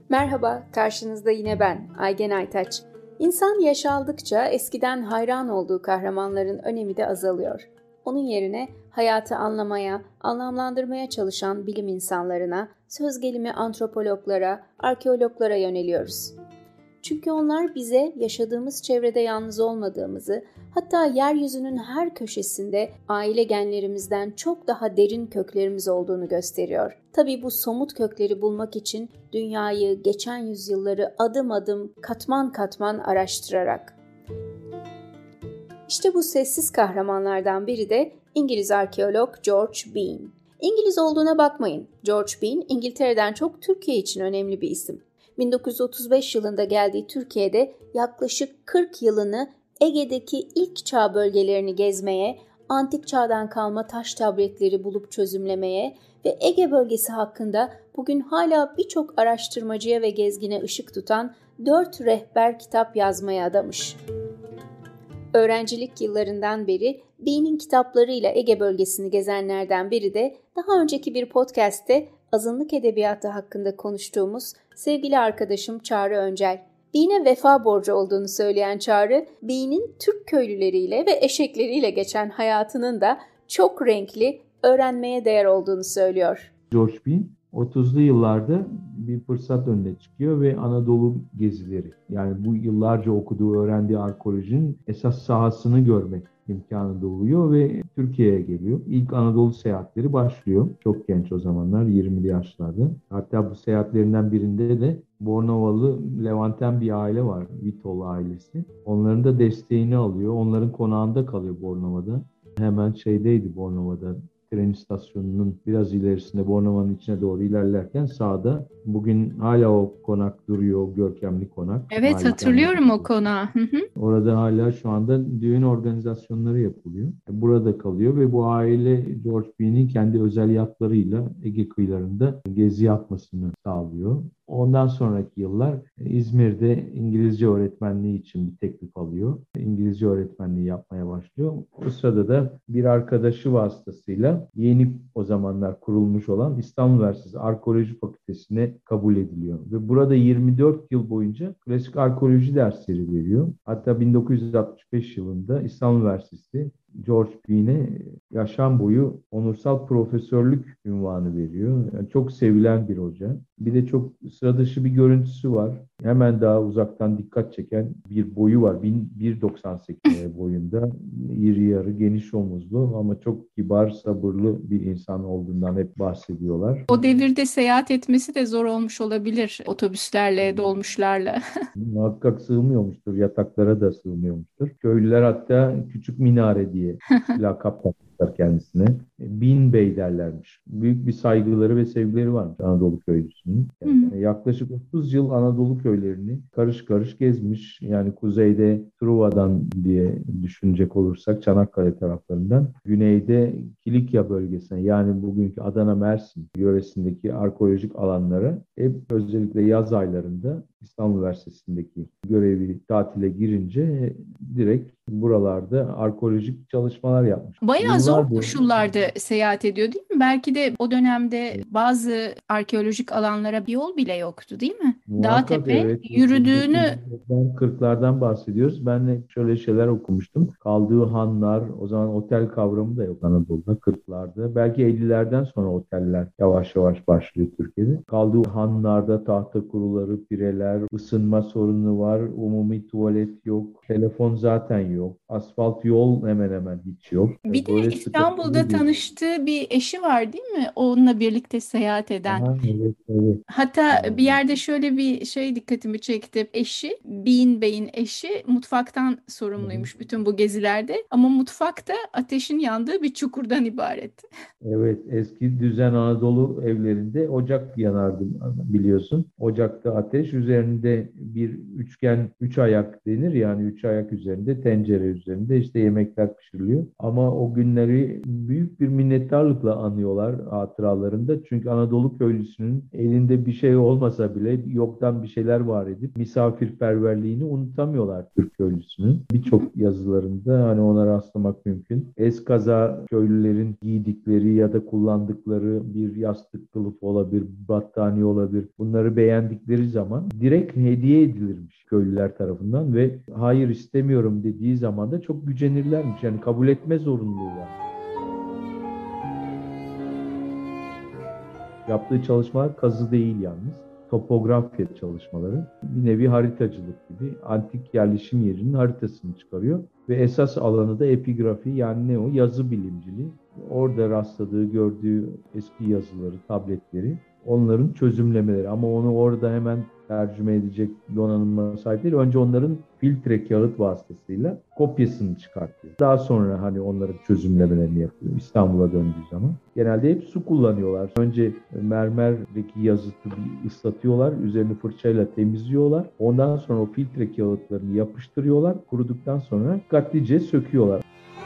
Merhaba, karşınızda yine ben, Aygen Aytaç. İnsan yaş aldıkça eskiden hayran olduğu kahramanların önemi de azalıyor. Onun yerine hayatı anlamaya, anlamlandırmaya çalışan bilim insanlarına, söz gelimi antropologlara, arkeologlara yöneliyoruz. Çünkü onlar bize yaşadığımız çevrede yalnız olmadığımızı, hatta yeryüzünün her köşesinde aile genlerimizden çok daha derin köklerimiz olduğunu gösteriyor. Tabii bu somut kökleri bulmak için dünyayı, geçen yüzyılları adım adım, katman katman araştırarak. İşte bu sessiz kahramanlardan biri de İngiliz arkeolog George Bean. İngiliz olduğuna bakmayın. George Bean, İngiltere'den çok Türkiye için önemli bir isim. 1935 yılında geldiği Türkiye'de yaklaşık 40 yılını Ege'deki ilk çağ bölgelerini gezmeye, antik çağdan kalma taş tabletleri bulup çözümlemeye ve Ege bölgesi hakkında bugün hala birçok araştırmacıya ve gezgine ışık tutan 4 rehber kitap yazmaya adamış. Öğrencilik yıllarından beri Bean'in kitaplarıyla Ege bölgesini gezenlerden biri de daha önceki bir podcast'te azınlık edebiyatı hakkında konuştuğumuz sevgili arkadaşım Çağrı Öncel. Bean'e vefa borcu olduğunu söyleyen Çağrı, Bean'in Türk köylüleriyle ve eşekleriyle geçen hayatının da çok renkli, öğrenmeye değer olduğunu söylüyor. George Bean 30'lu yıllarda bir fırsat önüne çıkıyor ve Anadolu gezileri, yani bu yıllarca okuduğu, öğrendiği arkeolojinin esas sahasını görmek imkanı doğuyor ve Türkiye'ye geliyor. İlk Anadolu seyahatleri başlıyor. Çok genç o zamanlar, 20'li yaşlarda. Hatta bu seyahatlerinden birinde de Bornovalı Levanten bir aile var, Vitol ailesi. Onların da desteğini alıyor. Onların konağında kalıyor Bornova'da. Hemen Bornova'da. Tren istasyonunun biraz ilerisinde Bornova'nın içine doğru ilerlerken sağda bugün hala o konak duruyor, o görkemli konak. Evet, Harika, hatırlıyorum o konağı. Orada hala şu anda düğün organizasyonları yapılıyor. Burada kalıyor ve bu aile George Bean'in kendi özel yatlarıyla Ege kıyılarında gezi yapmasını sağlıyor. Ondan sonraki yıllar İzmir'de İngilizce öğretmenliği için bir teklif alıyor. İngilizce öğretmenliği yapmaya başlıyor. O sırada da bir arkadaşı vasıtasıyla yeni o zamanlar kurulmuş olan İstanbul Üniversitesi Arkeoloji Fakültesi'ne kabul ediliyor. Ve burada 24 yıl boyunca klasik arkeoloji dersleri veriyor. Hatta 1965 yılında İstanbul Üniversitesi George Bean'e yaşam boyu onursal profesörlük unvanı veriyor. Yani çok sevilen bir hoca. Bir de çok sıra dışı bir görüntüsü var. Hemen daha uzaktan dikkat çeken bir boyu var. 1.98 boyunda, iri yarı, geniş omuzlu ama çok kibar, sabırlı bir insan olduğundan hep bahsediyorlar. O devirde seyahat etmesi de zor olmuş olabilir otobüslerle, dolmuşlarla. Muhakkak sığmıyormuştur, yataklara da sığmıyormuştur. Köylüler hatta Küçük Minare diye lakap takmışlar kendisine. Bin Bey derlermiş. Büyük bir saygıları ve sevgileri varmış Anadolu köylüsünün. Yani yaklaşık 30 yıl Anadolu köylerini karış karış gezmiş. Yani kuzeyde Truva'dan diye düşünecek olursak Çanakkale taraflarından, güneyde Kilikya bölgesine, yani bugünkü Adana Mersin yöresindeki arkeolojik alanlara hep özellikle yaz aylarında İstanbul Üniversitesi'ndeki görevi tatile girince direkt buralarda arkeolojik çalışmalar yapmış. Bayağı zor koşullarda seyahat ediyor değil mi? Belki de o dönemde bazı arkeolojik alanlara bir yol bile yoktu değil mi? Dağ tepe Evet. yürüdüğünü 1940'lardan bahsediyoruz. Ben de şöyle şeyler okumuştum. Kaldığı hanlar, o zaman otel kavramı da yok Anadolu'da 40'larda. Belki 50'lerden sonra oteller yavaş yavaş başlıyor Türkiye'de. Kaldığı hanlarda tahta kuruları, pireler, ısınma sorunu var, umumi tuvalet yok, telefon zaten yok, asfalt yol hemen hemen hiç yok. bir de Böyle İstanbul'da tanıştığı bir eşi var değil mi? Onunla birlikte seyahat eden. Aha, evet. Hatta bir yerde şöyle bir şey dikkatimi çekti. Eşi, Bean Bey'in eşi mutfaktan sorumluymuş bütün bu gezilerde. Ama mutfakta ateşin yandığı bir çukurdan ibaret. Evet, eski düzen Anadolu evlerinde ocak yanardı biliyorsun. Ocakta ateş, üzerinde bir üçgen, üç ayak denir, yani üç ayak üzerinde, tencere üzerinde işte yemekler pişiriliyor. Ama o günleri büyük bir minnettarlıkla anıyor anıyorlar hatıralarında. Çünkü Anadolu köylüsünün elinde bir şey olmasa bile yoktan bir şeyler var edip misafirperverliğini unutamıyorlar Türk köylüsünün. Birçok yazılarında hani ona rastlamak mümkün. Eskaza köylülerin giydikleri ya da kullandıkları bir yastık kılıfı olabilir, battaniye olabilir. Bunları beğendikleri zaman direkt hediye edilirmiş köylüler tarafından ve hayır istemiyorum dediği zaman da çok gücenirlermiş. Yani kabul etme zorunluluğu var. Yaptığı çalışmalar kazı değil yalnız. Topografya çalışmaları. Bir nevi haritacılık gibi antik yerleşim yerinin haritasını çıkarıyor. Ve esas alanı da epigrafi, yani ne o? Yazı bilimciliği. Orada rastladığı, gördüğü eski yazıları, tabletleri, onların çözümlemeleri. Ama onu orada hemen tercüme edecek donanıma sahip değil. Önce onların filtre kağıt vasıtasıyla kopyasını çıkartıyor. Daha sonra hani onların çözümlemelerini yapıyor İstanbul'a döndüğü zaman. Genelde hep su kullanıyorlar. Önce mermerdeki yazıtı bir ıslatıyorlar. Üzerini fırçayla temizliyorlar. Ondan sonra o filtre kağıtlarını yapıştırıyorlar. Kuruduktan sonra dikkatlice söküyorlar.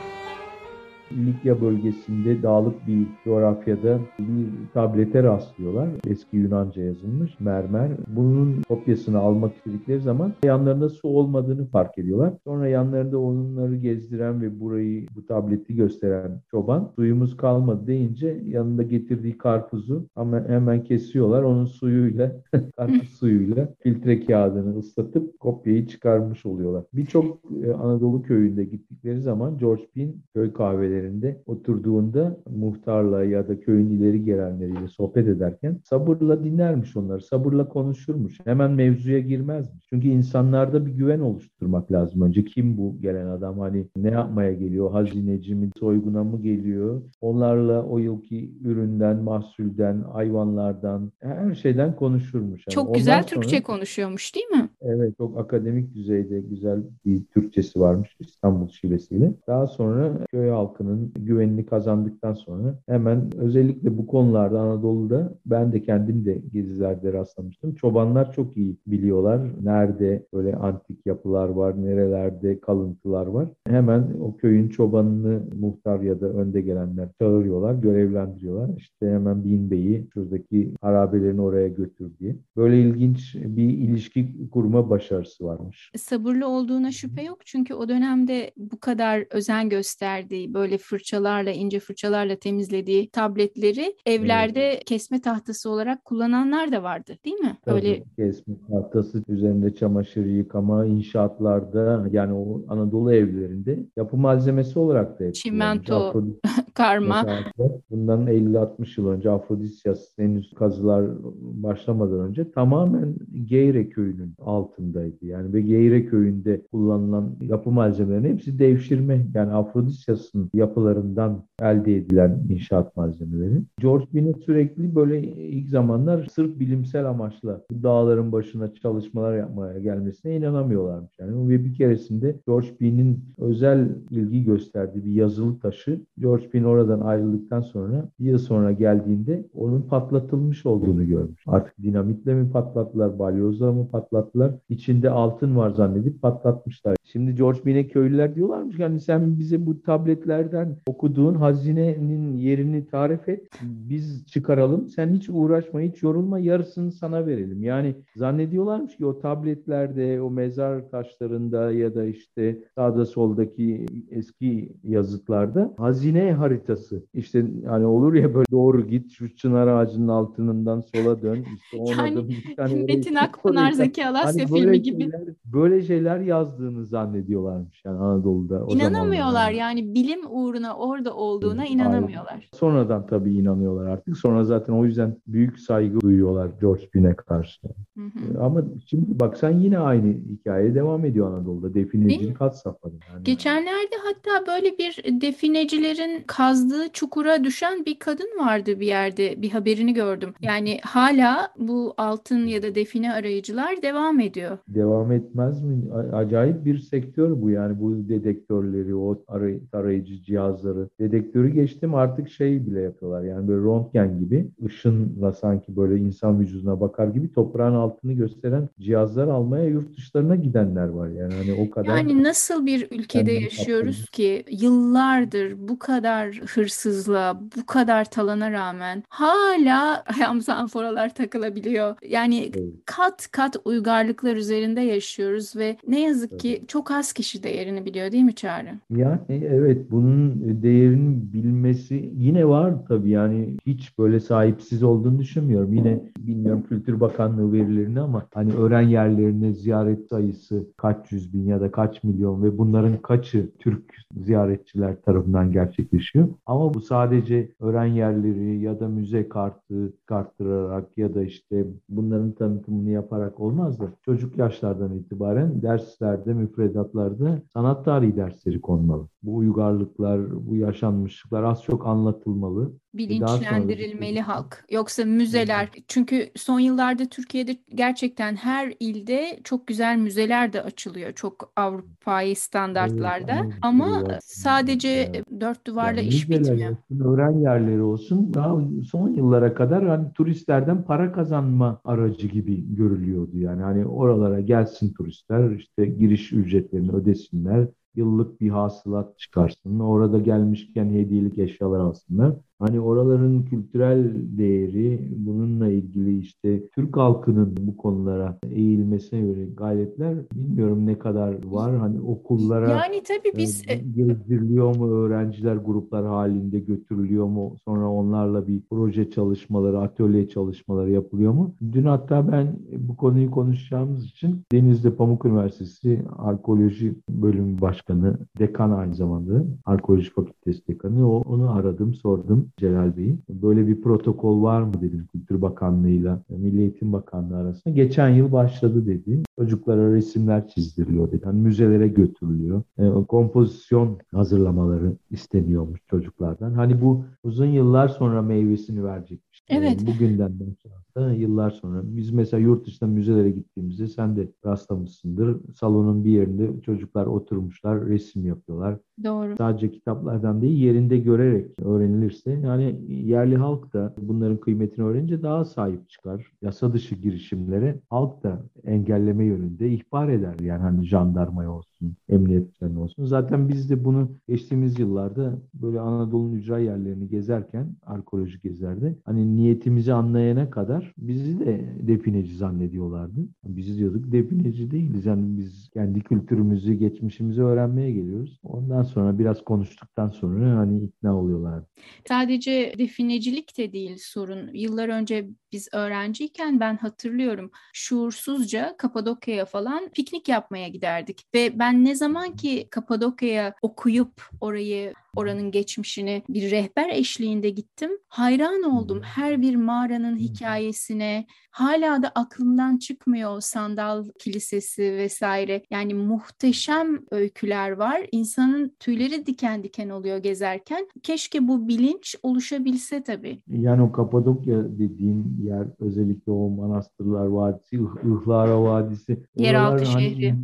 Likya bölgesinde dağlık bir coğrafyada bir tablete rastlıyorlar. Eski Yunanca yazılmış mermer. Bunun kopyasını almak istedikleri zaman yanlarında su olmadığını fark ediyorlar. Sonra yanlarında onları gezdiren ve bu tableti gösteren çoban suyumuz kalmadı deyince yanında getirdiği karpuzu ama hemen kesiyorlar. Onun suyuyla, karpuz suyuyla filtre kağıdını ıslatıp kopyayı çıkarmış oluyorlar. Birçok Anadolu köyünde gittikleri zaman George Bean köy kahveleri oturduğunda muhtarla ya da köyün ileri gelenleriyle sohbet ederken sabırla dinlermiş onları, sabırla konuşurmuş. Hemen mevzuya girmezmiş. Çünkü insanlarda bir güven oluşturmak lazım. Önce kim bu gelen adam? Hani ne yapmaya geliyor? Hazineci mi, soyguna mı geliyor? Onlarla o yılki üründen, mahsulden, hayvanlardan, her şeyden konuşurmuş. Yani Çok ondan güzel sonra Türkçe konuşuyormuş, değil mi? evet, çok akademik düzeyde güzel bir Türkçesi varmış İstanbul şivesiyle. Daha sonra köy halkının güvenini kazandıktan sonra hemen özellikle bu konularda Anadolu'da ben de kendim de gezilerde rastlamıştım. Çobanlar çok iyi biliyorlar. Nerede böyle antik yapılar var, nerelerde kalıntılar var. Hemen o köyün çobanını muhtar ya da önde gelenler çağırıyorlar, görevlendiriyorlar. İşte hemen Binbey'i şuradaki harabelerini oraya götür diye. Böyle ilginç bir ilişki kurma başarısı varmış. Sabırlı olduğuna şüphe yok çünkü o dönemde bu kadar özen gösterdiği, böyle fırçalarla, ince fırçalarla temizlediği tabletleri evlerde Evet. kesme tahtası olarak kullananlar da vardı, değil mi? Tabii Öyle kesme tahtası üzerinde çamaşır yıkama, inşaatlarda yani o Anadolu evlerinde yapı malzemesi olarak da hep kullanılmış. çimento, Afrodit karma. mesela bundan 50-60 yıl önce Afrodisyas henüz kazılar başlamadan önce tamamen Geyre köyünün altındaydı. Yani ve Geyre köyünde kullanılan yapı malzemelerinin hepsi devşirme. Yani Afrodisyas'ın yapılarından elde edilen inşaat malzemeleri. George Bin'e sürekli böyle ilk zamanlar sırf bilimsel amaçla bu dağların başına çalışmalar yapmaya gelmesine inanamıyorlarmış. Yani ve bir keresinde George Bin'in özel ilgi gösterdiği bir yazılı taşı George Bin oradan ayrıldıktan sonra bir yıl sonra geldiğinde onun patlatılmış olduğunu görmüş. Artık dinamitle mi patlattılar, balyozla mı patlattılar? İçinde altın var zannedip patlatmışlar. Şimdi George Bin'e köylüler diyorlarmış yani sen bize bu tabletlerden okuduğun hazinenin yerini tarif et. Biz çıkaralım. Sen hiç uğraşma, hiç yorulma. Yarısını sana verelim. Yani zannediyorlarmış ki o tabletlerde, o mezar taşlarında ya da işte sağda soldaki eski yazıtlarda hazine haritası. İşte hani olur ya böyle doğru git şu çınar ağacının altından sola dön. İşte 10 Yani adım git. Hani Metin Akpınar, orayı Zeki Alasya hani filmi gibi. böyle şeyler yazdığını zannediyorlarmış yani Anadolu'da o zamanlar. İnanamıyorlar Yani. yani bilim uğruna orada olduğuna Aynen. inanamıyorlar. Sonradan tabii inanıyorlar artık. Sonra zaten o yüzden büyük saygı duyuyorlar George Bin'e karşı. Hı hı. Ama şimdi baksan yine aynı hikaye devam ediyor Anadolu'da. Değil mi? Definecilik had safhada. Yani. Geçenlerde hatta böyle bir definecilerin kazdığı çukura düşen bir kadın vardı bir yerde. Bir haberini gördüm. Yani hala bu altın ya da define arayıcılar devam ediyor. Devam etmez mi? Acayip bir sektör bu yani, bu dedektörleri, o tarayıcı cihazları. Dedektörü geçtim, artık şey bile yapıyorlar yani, böyle röntgen gibi ışınla sanki böyle insan vücuduna bakar gibi toprağın altını gösteren cihazlar almaya yurt dışlarına gidenler var yani, hani o kadar Yani nasıl bir ülkede kendini kaptırmış. yaşıyoruz ki yıllardır bu kadar hırsızlığa, bu kadar talana rağmen hala ayağımıza amforalar takılabiliyor. Yani Evet, kat kat uygarlıklar üzerinde yaşıyoruz ve ne yazık evet. ki çok az kişi değerini biliyor, değil mi Çağrı? Yani evet, bunun değerini bilmesi yine var tabii yani, hiç böyle sahipsiz olduğunu düşünmüyorum. Yine bilmiyorum Kültür Bakanlığı verilerini ama hani öğren yerlerine ziyaret sayısı kaç yüz bin ya da kaç milyon ve bunların kaçı Türk ziyaretçiler tarafından gerçekleşiyor. Ama bu sadece öğren yerleri ya da müze kartı karttırarak ya da işte bunların tanıtımını yaparak olmaz da çocuk yaşlardan itibaren derslerde, müfredatlarda sanat tarihi dersleri konmalı. Bu uygarlıklar, bu yaşanmışlıklar az çok anlatılmalı. Ve daha sonra da bu Bilinçlendirilmeli çocuklar. halk. Yoksa müzeler, çünkü son yıllarda Türkiye'de gerçekten her ilde çok güzel müzeler de açılıyor. Çok Avrupa'yı Evet, standartlarda. ama Ama evet, sadece evet. dört duvarla Yani iş müzeler bitmiyor. olsun, öğren yerleri olsun, daha son yıllara kadar hani turistlerden para kazanma aracı gibi görülüyordu. Yani hani oralara gelsin turistler, işte giriş ücretlerini ödesinler, yıllık bir hasılat çıkarsın, orada gelmişken hediyelik eşyalar alsınlar. Hani oraların kültürel değeri, bununla ilgili işte Türk halkının bu konulara eğilmesine yönelik gayretler bilmiyorum ne kadar var. Hani okullara Yani tabii biz gezdiriliyor mu, öğrenciler gruplar halinde götürülüyor mu? Sonra onlarla bir proje çalışmaları, atölye çalışmaları yapılıyor mu? Dün hatta ben bu konuyu konuşacağımız için Denizli Pamuk Üniversitesi Arkeoloji Bölümü Başkanı, dekan aynı zamanda, Arkeoloji Fakültesi dekanı, onu aradım, sordum Celal Bey'i. Böyle bir protokol var mı dedim Kültür Bakanlığı'yla Milli Eğitim Bakanlığı arasında. Geçen yıl başladı dedi. Çocuklara resimler çizdiriliyor dedi. Hani müzelere götürülüyor. Kompozisyon hazırlamaları isteniyormuş çocuklardan. Hani bu uzun yıllar sonra meyvesini verecekmiş. evet. Bugünden sonra yıllar sonra. Biz mesela yurt dışında müzelere gittiğimizde sen de rastlamışsındır. Salonun bir yerinde çocuklar oturmuşlar, resim yapıyorlar. Doğru. Sadece kitaplardan değil, yerinde görerek öğrenilirse yani yerli halk da bunların kıymetini öğrenince daha sahip çıkar. Yasa dışı girişimlere halk da engelleme yönünde ihbar eder. Yani hani jandarmaya olsun, emniyetlerine olsun. Zaten biz de bunu geçtiğimiz yıllarda böyle Anadolu'nun ücra yerlerini gezerken, arkeoloji gezerde hani niyetimizi anlayana kadar bizi de defineci zannediyorlardı. Biz diyorduk defineci değiliz. Yani biz kendi kültürümüzü, geçmişimizi öğrenmeye geliyoruz. Ondan sonra biraz konuştuktan sonra hani ikna oluyorlar. Sadece definecilik de değil sorun. Yıllar önce biz öğrenciyken ben hatırlıyorum, şuursuzca Kapadokya'ya falan piknik yapmaya giderdik. Ve ben ne zaman ki Kapadokya'ya okuyup oranın geçmişini bir rehber eşliğinde gittim, hayran oldum her bir mağaranın hikayesine. Hala da aklımdan çıkmıyor o Sandal Kilisesi vesaire. Yani muhteşem öyküler var. İnsanın tüyleri diken diken oluyor gezerken. Keşke bu bilinç oluşabilse tabii. Yani o Kapadokya dediğin yer, özellikle o Manastırlar Vadisi, Ihlara Vadisi, oralar Yeraltı hani şehri.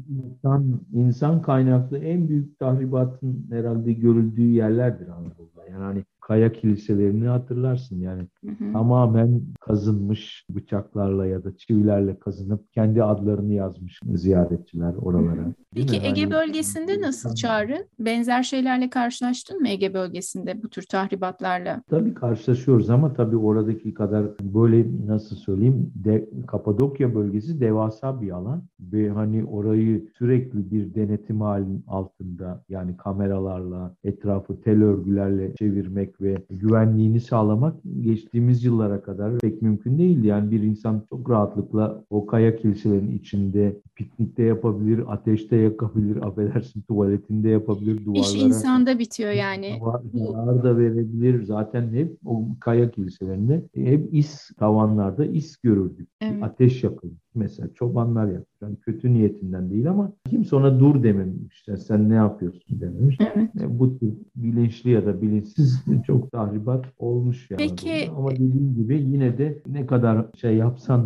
insan kaynaklı en büyük tahribatın herhalde görüldüğü yerlerdir Anadolu'da. Yani hani kaya kiliselerini hatırlarsın yani, Hı hı. tamamen kazınmış, bıçaklarla ya da çivilerle kazınıp kendi adlarını yazmış ziyaretçiler Hı hı. oralara. Değil mi? Peki Ege Hani bölgesinde nasıl Çağrı? Benzer şeylerle karşılaştın mı Ege bölgesinde bu tür tahribatlarla? tabii karşılaşıyoruz ama tabii oradaki kadar böyle, nasıl söyleyeyim, Kapadokya bölgesi devasa bir alan ve hani orayı sürekli bir denetim halinin altında, yani kameralarla, etrafı tel örgülerle çevirmek ve güvenliğini sağlamak geçtiğimiz yıllara kadar pek mümkün değildi. Yani bir insan çok rahatlıkla o kaya kiliselerin içinde piknikte yapabilir, ateşte yakabilir, affedersin, tuvaletinde yapabilir, İş duvarlara insanda bitiyor yani. Bu zarar da verebilir. Zaten hep o kaya kiliselerinde hep tavanlarda is görürdük. Bir evet. ateş yakılır. Mesela çobanlar yapıyor. Yani kötü niyetinden değil ama kimse ona dur dememiş. Yani sen ne yapıyorsun dememiş. Evet. Bu tür bilinçli ya da bilinçsiz çok tahribat olmuş ya Anadolu'da. Peki Ama dediğim gibi yine de ne kadar şey yapsan da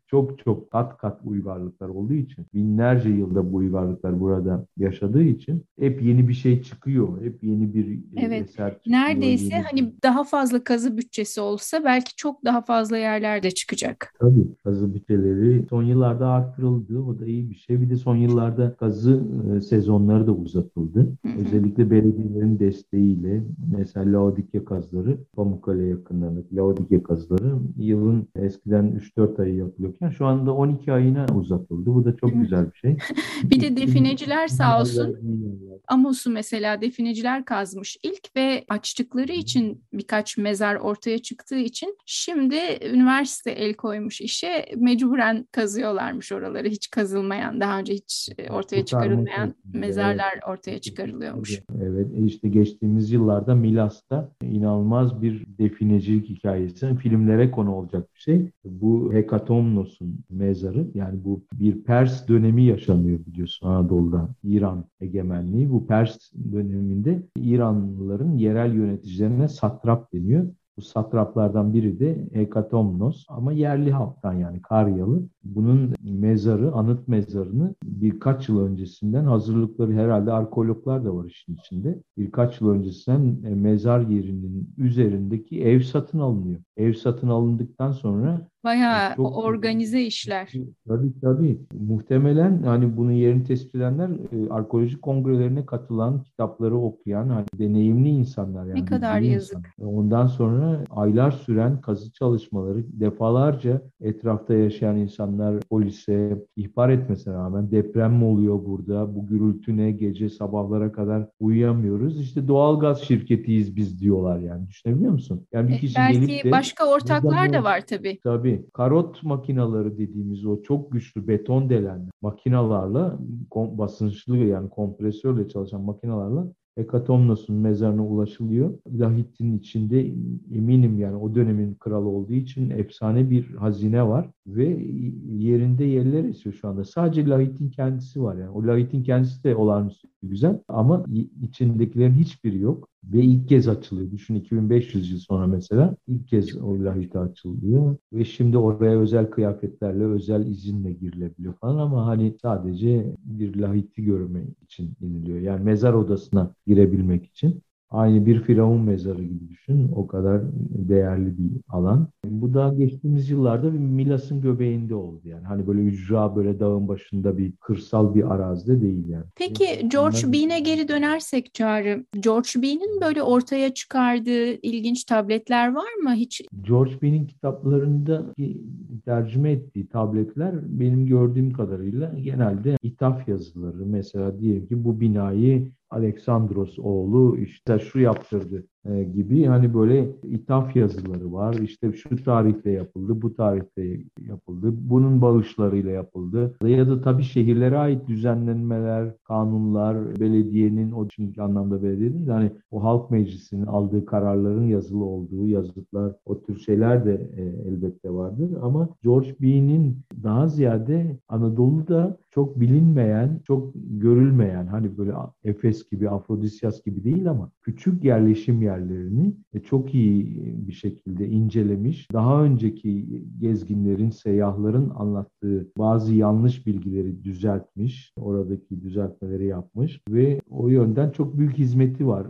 çok çok kat kat uygarlıklar olduğu için, binlerce yılda bu uygarlıklar burada yaşadığı için hep yeni bir şey çıkıyor. Hep yeni bir Evet, eser çıkıyor. neredeyse Yeni bir... hani daha fazla kazı bütçesi olsa belki çok daha fazla yerler de çıkacak. Tabii kazı bütçeleri son yıllarda arttırıldı. O da iyi bir şey. Bir de son yıllarda kazı sezonları da uzatıldı. Hı hı. Özellikle belediyelerin desteğiyle mesela Laodikya kazları, Pamukkale yakınlarındaki Laodikya kazları yılın eskiden 3-4 ayı yapılıyorken şu anda 12 ayına uzatıldı. Bu da çok Evet. güzel bir şey. Bir de İklim defineciler sağ olsun yerler, iyi yerler. Amos'u mesela defineciler kazmış ilk ve açtıkları için birkaç mezar ortaya çıktığı için şimdi üniversite el koymuş işe mecburen kazıyorlarmış oraları. Hiç kazılmayan, daha önce hiç ortaya Kurtarma çıkarılmayan şeklinde. Evet. mezarlar ortaya çıkarılıyormuş. Tabii, evet. İşte geçtiğimiz yıllarda Milas'ta inanılmaz bir definecilik hikayesi, filmlere konu olacak bir şey. Bu Hekatomnos'un mezarı, yani bu bir Pers dönemi yaşanıyor biliyorsun Anadolu'da, İran egemenliği. Bu Pers döneminde İranlıların yerel yöneticilerine satrap deniyor. Bu satraplardan biri de Hekatomnos ama yerli halktan, yani Karyalı. Bunun mezarı, anıt mezarını birkaç yıl öncesinden hazırlıkları, herhalde arkeologlar da var işin içinde. Birkaç yıl öncesinden mezar yerinin üzerindeki ev satın alınıyor. Ev satın alındıktan sonra Bayağı çok organize işler. tabii tabii muhtemelen hani bunun yerini tespit edenler arkeolojik kongrelerine katılan, kitapları okuyan, hani deneyimli insanlar, Ne yani kadar bilgili insan. yazık. Ondan sonra aylar süren kazı çalışmaları, defalarca etrafta yaşayan insanlar polise ihbar etmesine rağmen, deprem mi oluyor burada, bu gürültü ne, gece sabahlara kadar uyuyamıyoruz. İşte doğalgaz şirketiyiz biz diyorlar, yani düşünebiliyor musun? Yani bir kişi gelip Belki de başka burada ortaklar da bu... var tabii. Tabii karot makinaları dediğimiz o çok güçlü beton delen makinalarla, basınçlı yani kompresörle çalışan makinalarla Hekatomnos'un mezarına ulaşılıyor. Lahit'in içinde, eminim yani o dönemin kralı olduğu için, efsane bir hazine var ve yerinde yerler esiyor şu anda. Sadece Lahit'in kendisi var yani. O Lahit'in kendisi de olağanüstü güzel ama içindekilerin hiçbiri yok. Ve ilk kez açılıyor. Düşün, 2500 yıl sonra mesela ilk kez o lahit açılıyor. Ve şimdi oraya özel kıyafetlerle, özel izinle girilebiliyor falan, ama hani sadece bir lahiti görmek için iniliyor. Yani mezar odasına girebilmek için. Aynı bir firavun mezarı gibi düşün. O kadar değerli bir alan. Bu da geçtiğimiz yıllarda bir Milas'ın göbeğinde oldu yani. Hani böyle ücra, böyle dağın başında bir kırsal bir arazide değil yani. Peki George İnsanlar... Bean'e geri dönersek Çağrı, George Bean'in böyle ortaya çıkardığı ilginç tabletler var mı? Hiç George Bean'in kitaplarında tercüme ettiği tabletler benim gördüğüm kadarıyla genelde ithaf yazıları. Mesela diyelim ki bu binayı Aleksandros oğlu işte şu yaptırdı gibi, hani böyle ithaf yazıları var. İşte şu tarihte yapıldı, bu tarihte yapıldı, bunun bağışlarıyla yapıldı. Ya da tabii şehirlere ait düzenlenmeler, kanunlar, belediyenin, o şimdiki anlamda belediye değil de hani o halk meclisinin aldığı kararların yazılı olduğu yazıtlar, o tür şeyler de elbette vardır. Ama George Bean'in daha ziyade Anadolu'da çok bilinmeyen, çok görülmeyen, hani böyle Efes gibi, Afrodisyas gibi değil ama küçük yerleşim yerlerini çok iyi bir şekilde incelemiş. Daha önceki gezginlerin, seyyahların anlattığı bazı yanlış bilgileri düzeltmiş, oradaki düzeltmeleri yapmış ve o yönden çok büyük hizmeti var.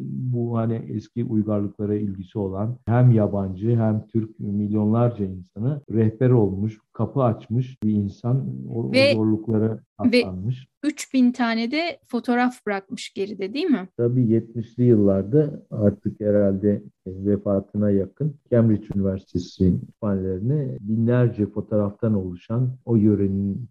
Bu hani eski uygarlıklara ilgisi olan hem yabancı hem Türk milyonlarca insana rehber olmuş, kapı açmış bir insan, o ve zorluklara ve katlanmış. 3000 tane de fotoğraf bırakmış geride değil mi? Tabii 70'li yıllarda artık herhalde vefatına yakın Cambridge Üniversitesi kütüphanelerine binlerce fotoğraftan oluşan, o yörenin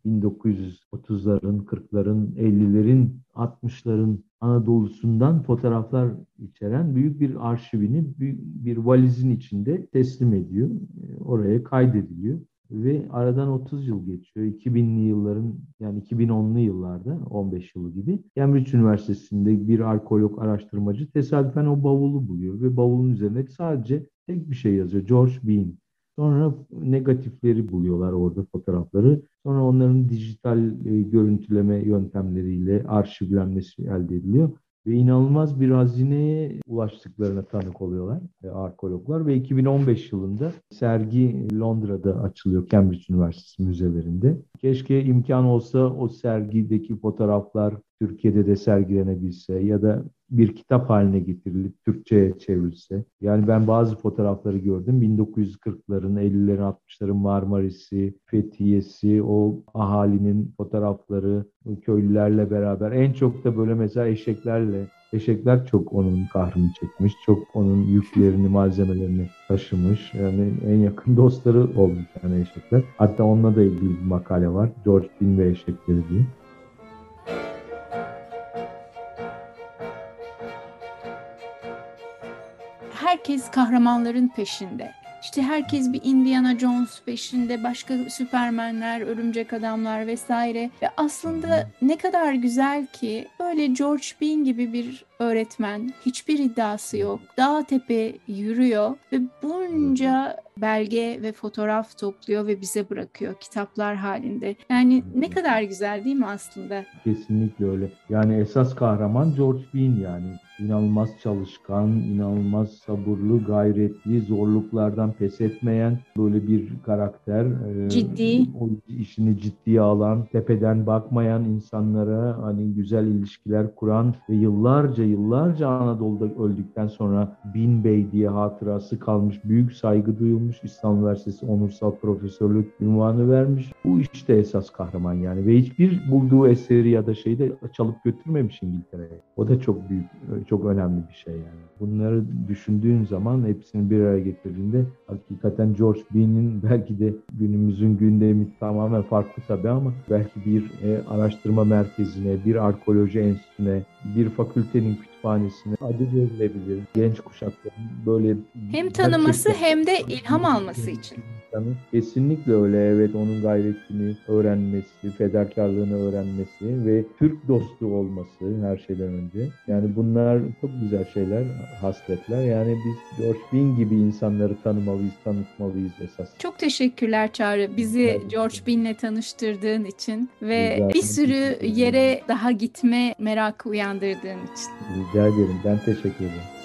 1930'ların, 40'ların, 50'lerin, 60'ların Anadolu'sundan fotoğraflar içeren büyük bir arşivini bir valizin içinde teslim ediyor. Oraya kaydediliyor. Ve aradan 30 yıl geçiyor. 2000'li yılların, yani 2010'lu yıllarda, 15 yılı gibi, Cambridge Üniversitesi'nde bir arkeolog araştırmacı tesadüfen o bavulu buluyor ve bavulun üzerinde sadece tek bir şey yazıyor: George Bean. Sonra negatifleri buluyorlar orada, fotoğrafları. Sonra onların dijital görüntüleme yöntemleriyle arşivlenmesi elde ediliyor. ve inanılmaz bir hazineye ulaştıklarına tanık oluyorlar arkeologlar ve 2015 yılında sergi Londra'da açılıyor, Cambridge Üniversitesi müzelerinde. Keşke imkan olsa o sergideki fotoğraflar Türkiye'de de sergilenebilse ya da bir kitap haline getirilip Türkçe'ye çevrilse. Yani ben bazı fotoğrafları gördüm. 1940'ların, 50'lerin, 60'ların Marmaris'i, Fethiye'si, o ahalinin fotoğrafları, köylülerle beraber. En çok da böyle mesela eşeklerle. Eşekler çok onun kahrını çekmiş. Çok onun yüklerini, malzemelerini taşımış. Yani en yakın dostları olmuş yani eşekler. Hatta onunla da ilgili bir makale var. George Bean ve eşekleri diye. Herkes kahramanların peşinde. İşte herkes bir Indiana Jones peşinde, başka Süpermenler, Örümcek Adamlar vesaire. Ve aslında ne kadar güzel ki böyle George Bean gibi bir öğretmen, hiçbir iddiası yok, dağ tepe yürüyor ve bunca belge ve fotoğraf topluyor ve bize bırakıyor kitaplar halinde. Yani ne kadar güzel değil mi aslında? Kesinlikle öyle. Yani esas kahraman George Bean yani. İnanılmaz çalışkan, inanılmaz sabırlı, gayretli, zorluklardan pes etmeyen böyle bir karakter. Ciddi. O işini ciddiye alan, tepeden bakmayan insanlara hani güzel ilişkiler kuran ve yıllarca Anadolu'da öldükten sonra Bin Bey diye hatırası kalmış, büyük saygı duyulmuş. İstanbul Üniversitesi onursal profesörlük unvanı vermiş. Bu işte esas kahraman yani ve hiçbir bulduğu eseri ya da şeyi de çalıp götürmemiş İngiltere'ye. O da çok büyük, çok önemli bir şey yani. Bunları düşündüğün zaman hepsini bir araya getirdiğinde hakikaten George Bean'in belki de günümüzün gündemi tamamen farklı tabii ama belki bir araştırma merkezine, bir arkeoloji enstitüsüne, bir fakültenin kütüphanesine adı verilebilir. Genç kuşakların böyle Hem tanıması gerçekten hem de ilham alması için. kesinlikle öyle. Evet, onun gayretini öğrenmesi, fedakarlığını öğrenmesi ve Türk dostu olması her şeyden önce. Yani bunlar çok güzel şeyler, hasletler. Yani biz George Bean gibi insanları tanımalıyız, tanıtmalıyız esas. Çok teşekkürler Çağrı, bizi George Bean'le tanıştırdığın için ve bir sürü yere daha gitme merakı uyandırdığın için. Rica ederim. Ben teşekkür ederim.